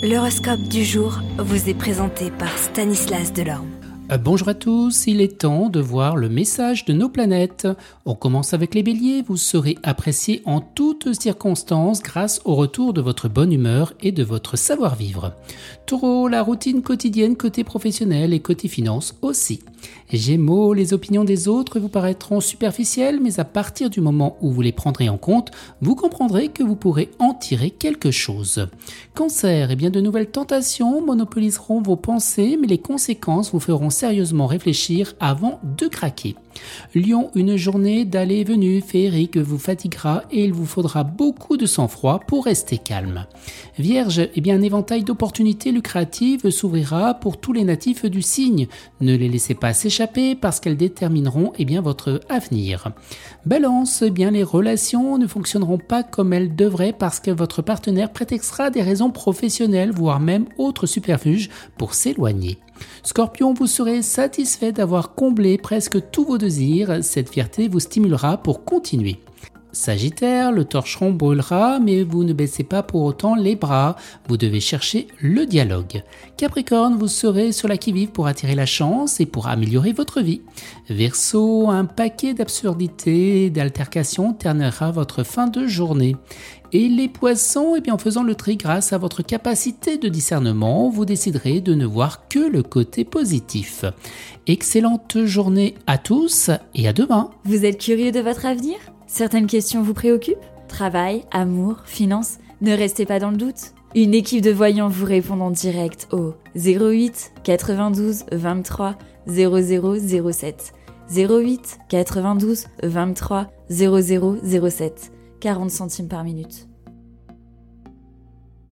L'horoscope du jour vous est présenté par Stanislas Delorme. Bonjour à tous, il est temps de voir le message de nos planètes. On commence avec les béliers, vous serez appréciés en toutes circonstances grâce au retour de votre bonne humeur et de votre savoir-vivre. Taureau, la routine quotidienne côté professionnel et côté finance aussi. Gémeaux, les opinions des autres vous paraîtront superficielles, mais à partir du moment où vous les prendrez en compte, vous comprendrez que vous pourrez en tirer quelque chose. Cancer, eh bien de nouvelles tentations monopoliseront vos pensées, mais les conséquences vous feront sérieusement réfléchir avant de craquer. Lion, une journée d'aller et venue féerique vous fatiguera et il vous faudra beaucoup de sang-froid pour rester calme. Vierge, eh bien un éventail d'opportunités lucratives s'ouvrira pour tous les natifs du signe. Ne les laissez pas s'échapper parce qu'elles détermineront votre avenir. Balance, eh bien les relations ne fonctionneront pas comme elles devraient parce que votre partenaire prétextera des raisons professionnelles, voire même autres superfuges pour s'éloigner. Scorpion, vous serez satisfait d'avoir comblé presque tous vos désirs, cette fierté vous stimulera pour continuer. Sagittaire, le torcheron brûlera, mais vous ne baissez pas pour autant les bras, vous devez chercher le dialogue. Capricorne, vous serez sur la qui-vive pour attirer la chance et pour améliorer votre vie. Verseau, un paquet d'absurdités et d'altercations ternira votre fin de journée. Et les poissons, en faisant le tri grâce à votre capacité de discernement, vous déciderez de ne voir que le côté positif. Excellente journée à tous et à demain. Vous êtes curieux de votre avenir ? Certaines questions vous préoccupent ? Travail, amour, finances ? Ne restez pas dans le doute. Une équipe de voyants vous répond en direct au 08 92 23 0007. 08 92 23 0007. 40 centimes par minute.